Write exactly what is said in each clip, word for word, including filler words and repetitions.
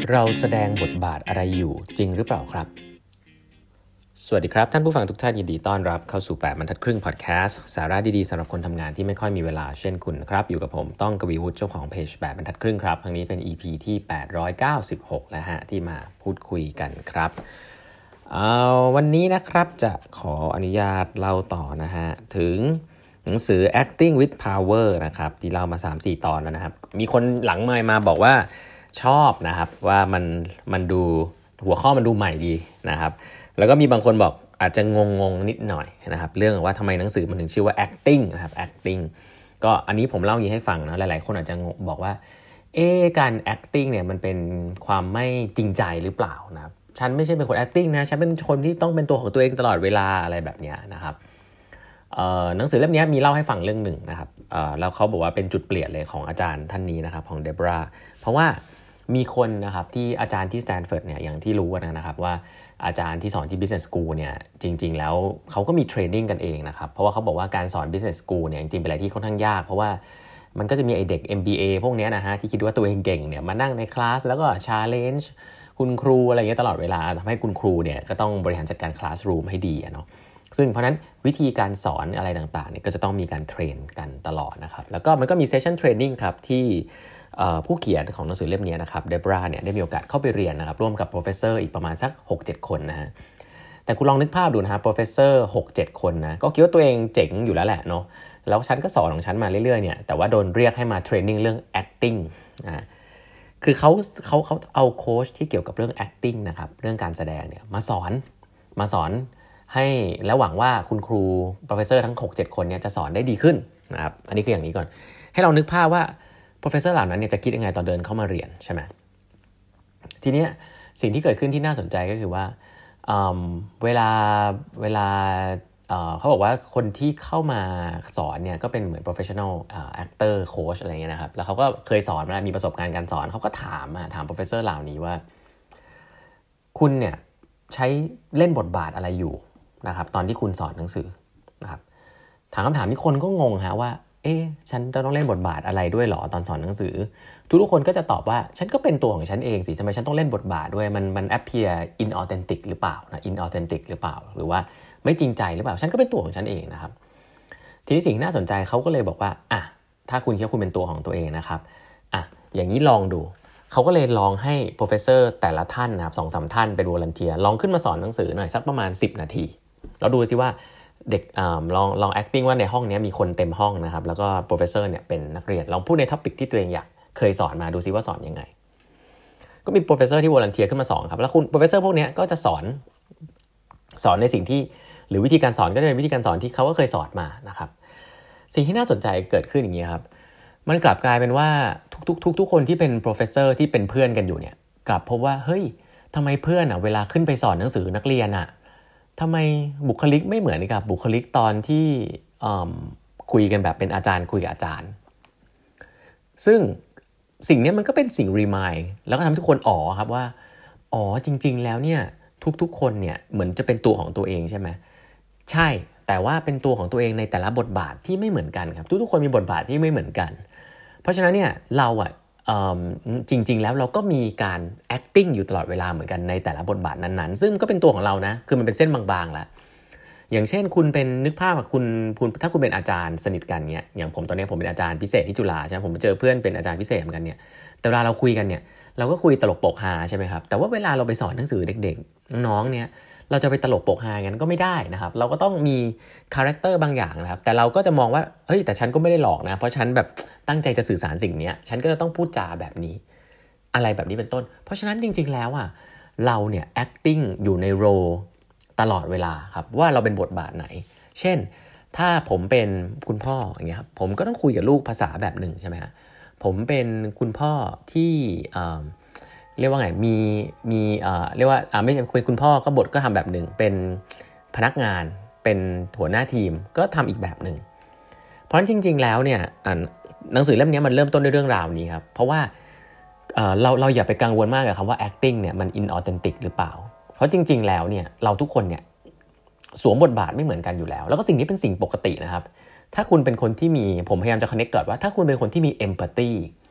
เราแสดงบทบาทอะไรอยู่จริงหรือเปล่าครับสวัสดีครับท่านผู้ฟังทุกท่านยินดีต้อนรับเข้าสู่แปดบรรทัดครึ่งพอดแคสต์สาระดีๆสำหรับคนทำงานที่ไม่ค่อยมีเวลาเช่นคุณครับอยู่กับผมต้องกวีวุฒิเจ้าของเพจแปดบรรทัดครึ่งครับครั้งนี้เป็น อี พี ที่แปดร้อยเก้าสิบหกแล้วฮะที่มาพูดคุยกันครับเอาวันนี้นะครับจะขออนุญาตเล่าต่อนะฮะถึงหนังสือ acting with power นะครับที่เล่ามา สามถึงสี่ ตอนแล้วนะครับมีคนหลังไมค์มาบอกว่าชอบนะครับว่ามันมันดูหัวข้อมันดูใหม่ดีนะครับแล้วก็มีบางคนบอกอาจจะงงๆนิดหน่อยนะครับเรื่องว่าทำไมหนังสือมันถึงชื่อว่า acting นะครับ acting ก็อันนี้ผมเล่าอย่างนี้ให้ฟังนะหลายๆคนอาจจะงงบอกว่าเอ๊ะการ acting เนี่ยมันเป็นความไม่จริงใจหรือเปล่านะครับฉันไม่ใช่เป็นคน acting นะฉันเป็นคนที่ต้องเป็นตัวของตัวเองตลอดเวลาอะไรแบบนี้นะครับหนังสือเล่มนี้มีเล่าให้ฟังเรื่องหนึ่งนะครับแล้วเขาบอกว่าเป็นจุดเปลี่ยนเลยของอาจารย์ท่านนี้นะครับของเดบราเพราะว่ามีคนนะครับที่อาจารย์ที่สแตนฟอร์ดเนี่ยอย่างที่รู้นะครับว่าอาจารย์ที่สอนที่ Business School เนี่ยจริงๆแล้วเขาก็มีเทรนนิ่งกันเองนะครับเพราะว่าเขาบอกว่าการสอน Business School เนี่ยจริงๆเป็นอะไรที่ค่อนข้างยากเพราะว่ามันก็จะมีไอเด็ก เอ็ม บี เอ พวกนี้นะฮะที่คิดว่าตัวเองเก่งเนี่ยมานั่งในคลาสแล้วก็ challenge คุณครูอะไรเงี้ยตลอดเวลาทำให้คุณครูเนี่ยก็ต้องบริหารจัดการคลาสรูมให้ดีเนาะซึ่งเพราะนั้นวิธีการสอนอะไรต่างๆเนี่ยก็จะต้องมีการเทรนกันตลอดนะครับแล้วก็มันก็มีเซสชั่นเทรนนิ่งครับที่ผู้เขียนของหนังสือเล่มนี้นะครับเดบราเนี่ยได้มีโอกาสเข้าไปเรียนนะครับร่วมกับโปรเฟสเซอร์อีกประมาณสัก หกเจ็ด คนนะฮะแต่คุณลองนึกภาพดูนะฮะโปรเฟสเซอร์ หกเจ็ด คนนะก็คิดว่าตัวเองเจ๋งอยู่แล้วแหละเนาะแล้วฉันก็สอนของฉันมาเรื่อยๆเนี่ยแต่ว่าโดนเรียกให้มาเทรนนิ่งเรื่อง acting อ่าคือเขาเขาเขาเอาโค้ชที่เกี่ยวกับเรื่อง acting นะครับเรื่องการแสดงเนี่ยมาสอนมาสอนให้แล้วหวังว่าคุณครูโปรเฟสเซอร์ทั้ง หกเจ็ด คนเนี่ยจะสอนได้ดีขึ้นนะครับอันนี้คืออย่างนี้ก่อนให้เรานึกภาพว่าโปรเฟสเซอร์เหล่านั้นเนี่ยจะคิดยังไงตอนเดินเข้ามาเรียนใช่ไหมทีนี้สิ่งที่เกิดขึ้นที่น่าสนใจก็คือว่า เ, เวลาเวลา เ, เขาบอกว่าคนที่เข้ามาสอนเนี่ยก็เป็นเหมือน professional actor coach อะไรเงี้ยนะครับแล้วเขาก็เคยสอนมามีประสบการณ์การสอนเขาก็ถามถามโปรเฟสเซอร์เหล่านี้ว่าคุณเนี่ยใช้เล่นบทบาทอะไรอยู่นะครับตอนที่คุณสอนหนังสือนะครับถามคำถามที่คนก็งงฮะว่าเอ๊ะฉันจะต้องเล่นบทบาทอะไรด้วยหรอตอนสอนหนังสือทุกๆคนก็จะตอบว่าฉันก็เป็นตัวของฉันเองสิทำไมฉันต้องเล่นบทบาทด้วยมันมัน appear inauthentic หรือเปล่านะ inauthentic หรือเปล่าหรือว่าไม่จริงใจหรือเปล่าฉันก็เป็นตัวของฉันเองนะครับทีนี้สิ่งที่น่าสนใจเขาก็เลยบอกว่าอ่ะถ้าคุณคิดว่าคุณเป็นตัวของตัวเองนะครับอ่ะอย่างนี้ลองดูเขาก็เลยลองให้ professor แต่ละท่านนะครับ สองสาม ท่านเป็น volunteer ลองขึ้นมาสอนหนังสือหน่อยสักประมาณสิบนาทีแล้วดูสิว่าเด็กอ่าลองลอง acting ว่าในห้องนี้มีคนเต็มห้องนะครับแล้วก็ professor เนี่ยเป็นนักเรียนลองพูดใน topic ที่ตัวเองอยากเคยสอนมาดูซิว่าสอนยังไงก็มี professor ที่ volunteer ขึ้นมาสอนครับแล้วคุณ professor พวกนี้ก็จะสอนสอนในสิ่งที่หรือวิธีการสอนก็จะเป็นวิธีการสอนที่เขาก็เคยสอนมานะครับสิ่งที่น่าสนใจเกิดขึ้นอย่างนี้ครับมันกลับกลายเป็นว่าทุกๆทุกๆคนที่เป็น professor ที่เป็นเพื่อนกันอยู่เนี่ยกลับพบว่าเฮ้ยทำไมเพื่อนอ่ะเวลาขึ้นไปสอนหนังสือนักเรียนอ่ะทำไมบุคลิกไม่เหมือนกับบุคลิกตอนที่คุยกันแบบเป็นอาจารย์คุยกับอาจารย์ซึ่งสิ่งนี้มันก็เป็นสิ่งรีมายด์แล้วก็ทำให้ทุกคนอ๋อครับว่าอ๋อจริงๆแล้วเนี่ยทุกๆคนเนี่ยเหมือนจะเป็นตัวของตัวเองใช่ไหมใช่แต่ว่าเป็นตัวของตัวเองในแต่ละบทบาทที่ไม่เหมือนกันครับทุกๆคนมีบทบาทที่ไม่เหมือนกันเพราะฉะนั้นเนี่ยเราอ่ะจริงๆแล้วเราก็มีการ acting อยู่ตลอดเวลาเหมือนกันในแต่ละบทบาทนั้นๆซึ่งก็เป็นตัวของเรานะคือมันเป็นเส้นบางๆแล้วอย่างเช่นคุณเป็นนึกภาพว่าคุณคุณถ้าคุณเป็นอาจารย์สนิทกันเนี่ยอย่างผมตอนนี้ผมเป็นอาจารย์พิเศษที่จุฬาใช่ไหมผมไปเจอเพื่อนเป็นอาจารย์พิเศษเหมือนกันเนี่ยแต่เวลาเราคุยกันเนี่ยเราก็คุยตลกโปกฮาใช่ไหมครับแต่ว่าเวลาเราไปสอนหนังสือเด็กๆน้องๆเนี่ยเราจะไปตลกโปกฮางั้นก็ไม่ได้นะครับเราก็ต้องมีคาแรคเตอร์บางอย่างนะครับแต่เราก็จะมองว่าเฮ้ยแต่ฉันก็ไม่ได้หลอกนะเพราะฉันแบบตั้งใจจะสื่อสารสิ่งนี้ฉันก็จะต้องพูดจาแบบนี้อะไรแบบนี้เป็นต้นเพราะฉะนั้นจริงๆแล้วอ่ะเราเนี่ย acting อยู่ในโรลตลอดเวลาครับว่าเราเป็นบทบาทไหนเช่นถ้าผมเป็นคุณพ่ออย่างเงี้ยครับผมก็ต้องคุยกับลูกภาษาแบบหนึ่งใช่ไหมครับผมเป็นคุณพ่อที่เรียกว่าไงมีมีเอ่อเรียกว่าอ่าไม่ใช่เป็นคุณพ่อก็บทก็ทำแบบหนึ่งเป็นพนักงานเป็นหัวหน้าทีมก็ทำอีกแบบหนึ่งเพราะฉะนั้นจริงๆแล้วเนี่ยหนังสือเล่มนี้มันเริ่มต้นด้วยเรื่องราวนี้ครับเพราะว่าเอ่อเราเราอย่าไปกังวลมากกับคำว่า acting เนี่ยมัน inauthentic หรือเปล่าเพราะจริงๆแล้วเนี่ยเราทุกคนเนี่ยสวมบทบาทไม่เหมือนกันอยู่แล้วแล้วก็สิ่งนี้เป็นสิ่งปกตินะครับถ้าคุณเป็นคนที่มีผมพยายามจะ connect ก่อนว่าถ้าคุณเป็นคนที่มี empathy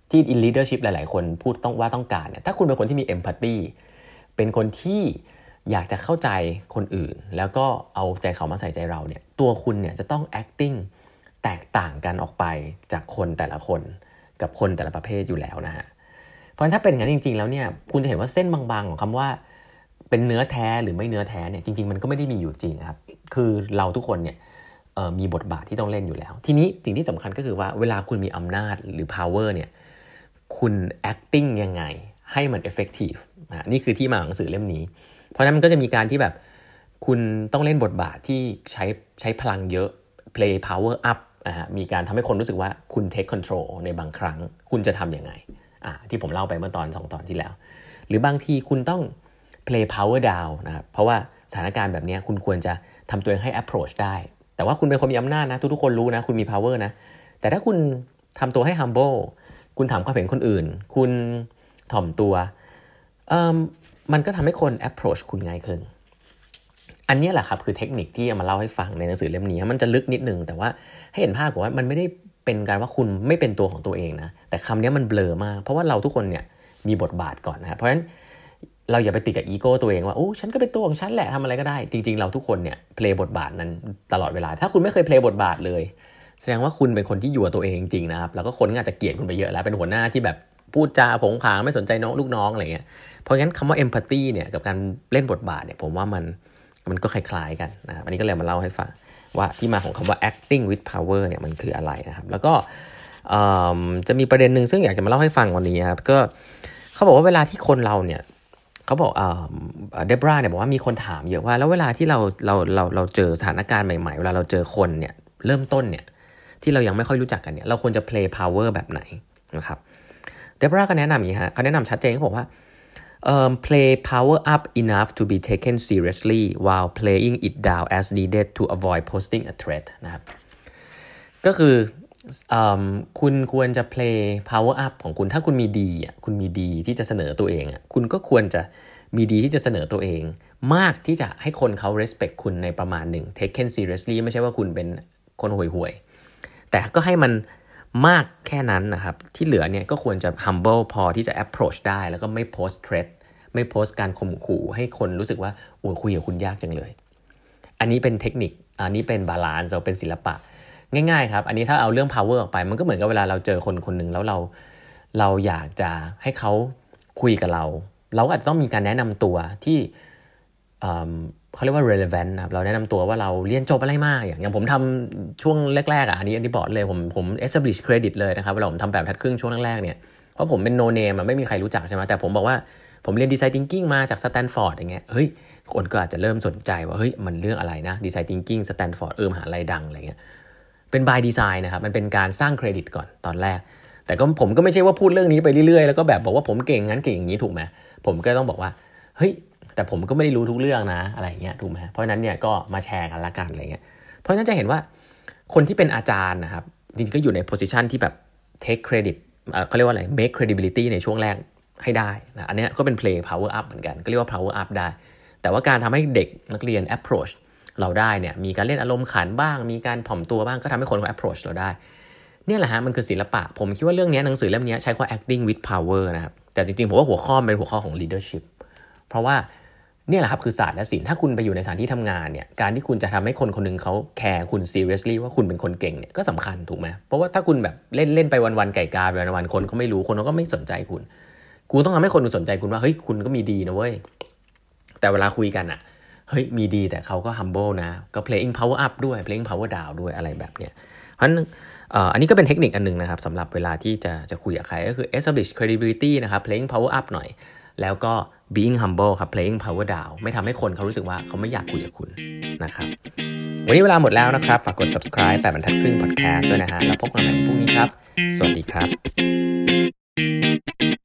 ที่ in leadership หลายๆคนพูดต้องว่าต้องการเนี่ยถ้าคุณเป็นคนที่มี empathy เป็นคนที่อยากจะเข้าใจคนอื่นแล้วก็เอาใจเขามาใส่ใจเราเนี่ยตัวคุณเนี่ยจะต้อง acting แตกต่างกันออกไปจากคนแต่ละคนกับคนแต่ละประเภทอยู่แล้วนะฮะเพราะฉะนั้นถ้าเป็นอย่างนั้นจริงๆแล้วเนี่ยคุณจะเห็นว่าเส้นบางๆของคำว่าเป็นเนื้อแท้หรือไม่เนื้อแท้เนี่ยจริงๆมันก็ไม่ได้มีอยู่จริงครับคือเราทุกคนเนี่ยมีบทบาทที่ต้องเล่นอยู่แล้วทีนี้สิ่งที่สำคัญก็คือว่าเวลาคุณมีอำนาจหรือ power เนี่ยคุณ acting ยังไงให้มัน effective อ่ะนี่คือที่มาของหนังสือเล่มนี้เพราะฉะนั้นมันก็จะมีการที่แบบคุณต้องเล่นบทบาทที่ใช้ใช้พลังเยอะ play power up อ่ะมีการทำให้คนรู้สึกว่าคุณ take control ในบางครั้งคุณจะทำยังไงอ่ะที่ผมเล่าไปเมื่อตอนสองตอนที่แล้วหรือบางทีคุณต้อง play power down นะครับเพราะว่าสถานการณ์แบบนี้คุณควรจะทำตัวเองให้ approach ได้แต่ว่าคุณเป็นคนมีอำนาจนะทุกๆคนรู้นะคุณมี power นะแต่ถ้าคุณทำตัวให้ humble คุณถามความเห็นคนอื่นคุณถ่อมตัวเอ่อมันก็ทำให้คน approach คุณง่ายขึ้นอันนี้แหละครับคือเทคนิคที่เอามาเล่าให้ฟังในหนังสือเล่มนี้มันจะลึกนิดนึงแต่ว่าให้เห็นภาพก่อนว่ามันไม่ได้เป็นการว่าคุณไม่เป็นตัวของตัวเองนะแต่คำนี้มันเบลอมากเพราะว่าเราทุกคนเนี่ยมีบทบาทก่อนนะเพราะฉะนั้นเราอย่าไปติดกับอีโก้ตัวเองว่าโอ้ฉันก็เป็นตัวของฉันแหละทำอะไรก็ได้จริงๆเราทุกคนเนี่ยเพลย์บทบาทนั้นตลอดเวลาถ้าคุณไม่เคยเพลย์บทบาทเลยแสดงว่าคุณเป็นคนที่อยู่กับตัวเองจริงๆนะครับแล้วก็คนก็อาจจะเกลียดคุณไปเยอะแล้วเป็นหัวหน้าที่แบบพูดจาผงผางไม่สนใจน้องลูกน้องอะไรเงี้ยเพราะงั้นคำว่า empathy เนี่ยกับการเล่นบทบาทเนี่ยผมว่ามันมันก็คล้ายๆกันนะครับอันนี้ก็เลยมาเล่าให้ฟังว่าที่มาของคำว่า acting with power เนี่ยมันคืออะไรนะครับแล้วก็จะมีประเด็นนึงซึ่งอยากจะมาเล่าให้ฟังวันนี้ครับก็เขาบอกว่าเวลาที่คนเราเนี่ยเขาบอกเอ่อเดบราเนี่ยบอกว่ามีคนถามเยอะว่าแล้วเวลาที่เราเราเราเราเจอสถานการณ์ใหม่ๆเวลาเราเจอคนเนี่ยเริ่มต้นเนี่ยที่เรายังไม่ค่อยรู้จักกันเนี่ยเราควรจะ play power แบบไหนนะครับเดบราก็แนะนำอย่างนี้ฮะเขาแนะนำชัดเจนเขาบอกว่าUm, play power up enough to be taken seriously while playing it down as needed to avoid posting a threat นะครับก็คือ um, คุณควรจะ play power up ของคุณถ้าคุณมีดีอ่ะคุณมีดีที่จะเสนอตัวเองอ่ะคุณก็ควรจะมีดีที่จะเสนอตัวเองมากที่จะให้คนเขา respect คุณในประมาณหนึ่ง taken seriously ไม่ใช่ว่าคุณเป็นคนห่วยๆแต่ก็ให้มันมากแค่นั้นนะครับที่เหลือเนี่ยก็ควรจะ humble พอที่จะ approach ได้แล้วก็ไม่ post threatไม่โพสต์การข่มขู่ให้คนรู้สึกว่าโอ้ยคุยกับคุณยากจังเลยอันนี้เป็นเทคนิคอันนี้เป็นบาลานซ์เราเป็นศิลปะง่ายๆครับอันนี้ถ้าเอาเรื่อง power ออกไปมันก็เหมือนกับเวลาเราเจอคนคนนึงแล้วเราเราอยากจะให้เขาคุยกับเราเราก็อาจจะต้องมีการแนะนำตัวที่เขาเรียกว่า relevant นะครับเราแนะนำตัวว่าเราเรียนจบอะไรมาอย่างอย่างผมทำช่วงแรกๆอ่ะอันนี้อันนี้บอกเลยผมผม establish credit เลยนะครับเวลาผมทำแบบทัดครึ่งช่วงแรกๆเนี่ยเพราะผมเป็น no name ไม่มีใครรู้จักใช่ไหมแต่ผมบอกว่าผมเรียน Design Thinking มาจาก Stanford อย่างเงี้ยเฮ้ยคนก็อาจจะเริ่มสนใจว่าเฮ้ยมันเรื่องอะไรนะ Design Thinking Stanford เออมหาลัยดังอะไรเงี้ยเป็น by design นะครับมันเป็นการสร้างเครดิตก่อนตอนแรกแต่ก็ผมก็ไม่ใช่ว่าพูดเรื่องนี้ไปเรื่อยๆแล้วก็แบบบอกว่าผมเก่งงั้นเก่งอย่างนี้ถูกไหมผมก็ต้องบอกว่าเฮ้ยแต่ผมก็ไม่ได้รู้ทุกเรื่องนะอะไรเงี้ยถูกไหมเพราะฉะนั้นเนี่ยก็มาแชร์กันละกันอะไรเงี้ยเพราะฉะนั้นจะเห็นว่าคนที่เป็นอาจารย์นะครับจริงๆก็อยู่ใน position ที่แบบ take credit เขาเรียกว่าอะไร make credibility ในช่วงแรกให้ได้นะอันนี้ก็เป็น play power up เหมือนกันก็เรียกว่า power up ได้แต่ว่าการทำให้เด็กนักเรียน approach เราได้เนี่ยมีการเล่นอารมณ์ขันบ้างมีการถ่อมตัวบ้างก็ทำให้คนเขา approach เราได้เนี่ยแหละฮะมันคือศิลปะผมคิดว่าเรื่องนี้หนังสือเล่มนี้ใช้คำว่า acting with power นะครับแต่จริงๆผมว่าหัวข้อเป็นหัวข้อของ leadership เพราะว่าเนี่ยแหละครับคือศาสตร์และศิลป์ถ้าคุณไปอยู่ในสถานที่ทำงานเนี่ยการที่คุณจะทำให้คนคนนึงเขาแคร์คุณ seriously ว่าคุณเป็นคนเก่งเนี่ยก็สำคัญถูกไหมเพราะว่าถ้าคุณแบบเล่นเล่นไปวันๆไก่กาไปวันๆคนเขาไม่รู้คนเขาก็ไม่สนใจคุณคุณต้องทำให้คนสนใจคุณว่าเฮ้ยคุณก็มีดีนะเว้ยแต่เวลาคุยกันอ่ะเฮ้ยมีดีแต่เขาก็ humble นะก็ playing power up ด้วย playing power down ด้วยอะไรแบบเนี้ยเพราะฉะนั้นอันนี้ก็เป็นเทคนิคอันนึงนะครับสำหรับเวลาที่จะจะคุยกับใครก็คือ establish credibility นะครับ playing power up หน่อยแล้วก็ being humble ครับ playing power down ไม่ทำให้คนเขารู้สึกว่าเขาไม่อยากคุยกับคุณนะครับวันนี้เวลาหมดแล้วนะครับฝากกด subscribe แปดบรรทัดครึ่ง podcast ด้วยนะฮะแล้วพบกันใหม่พรุ่งนี้ครับสวัสดีครับ